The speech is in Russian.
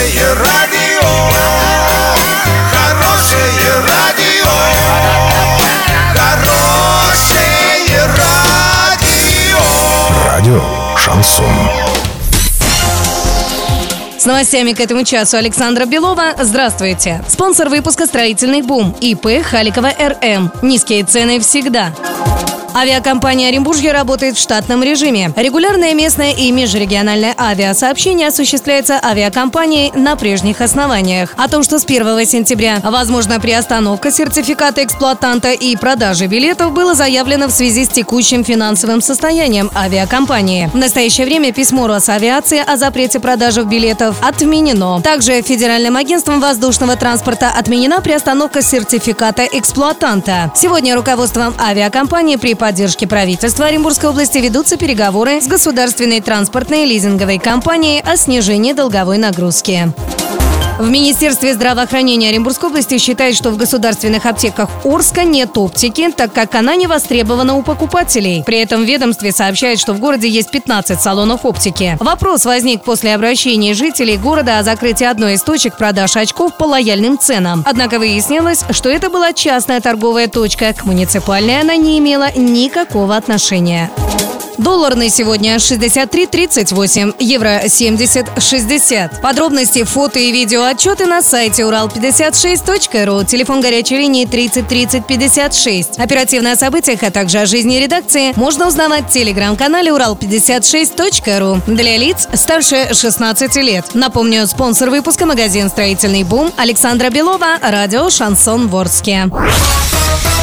Хорошее радио, хорошее радио, хорошее радио. Радио «Шансон». С новостями к этому часу Александра Белова. Здравствуйте. Спонсор выпуска «Строительный бум» ИП Халикова РМ. Низкие цены всегда. Авиакомпания «Оренбуржье» работает в штатном режиме. Регулярное местное и межрегиональное авиасообщение осуществляется авиакомпанией на прежних основаниях. О том, что с 1 сентября возможна приостановка сертификата эксплуатанта и продажи билетов, было заявлено в связи с текущим финансовым состоянием авиакомпании. В настоящее время письмо Росавиации о запрете продажи билетов отменено. Также Федеральным агентством воздушного транспорта отменена приостановка сертификата эксплуатанта. Сегодня руководством авиакомпании при поддержке правительства Оренбургской области ведутся переговоры с государственной транспортной лизинговой компанией о снижении долговой нагрузки. В Министерстве здравоохранения Оренбургской области считают, что в государственных аптеках Орска нет оптики, так как она не востребована у покупателей. При этом в ведомстве сообщают, что в городе есть 15 салонов оптики. Вопрос возник после обращения жителей города о закрытии одной из точек продаж очков по лояльным ценам. Однако выяснилось, что это была частная торговая точка. К муниципальной она не имела никакого отношения. Доллар на сегодня 63.38, евро 70.60. Подробности, фото и видео отчеты на сайте урал56.ру, телефон горячей линии 30 30 56. Оперативно о событиях, а также о жизни редакции можно узнавать в телеграм-канале урал56.ру для лиц старше 16 лет. Напомню, спонсор выпуска — магазин «Строительный бум», Александра Белова, радио «Шансон» в Орске.